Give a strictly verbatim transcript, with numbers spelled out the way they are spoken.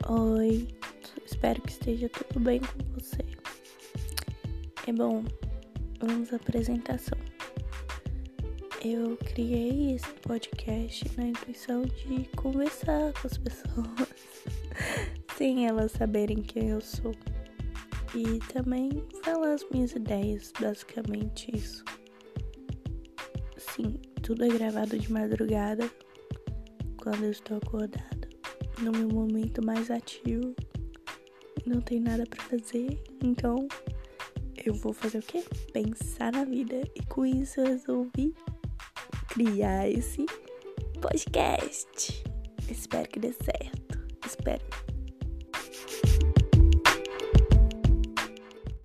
Oi, espero que esteja tudo bem com você. É bom, vamos à apresentação. Eu criei esse podcast na intuição de conversar com as pessoas, sem elas saberem quem eu sou. E também falar as minhas ideias, basicamente isso. Sim, tudo é gravado de madrugada, quando eu estou acordada, no meu momento mais ativo. Não tem nada pra fazer, então eu vou fazer o quê? Pensar na vida. E com isso eu resolvi criar esse podcast. Espero que dê certo. Espero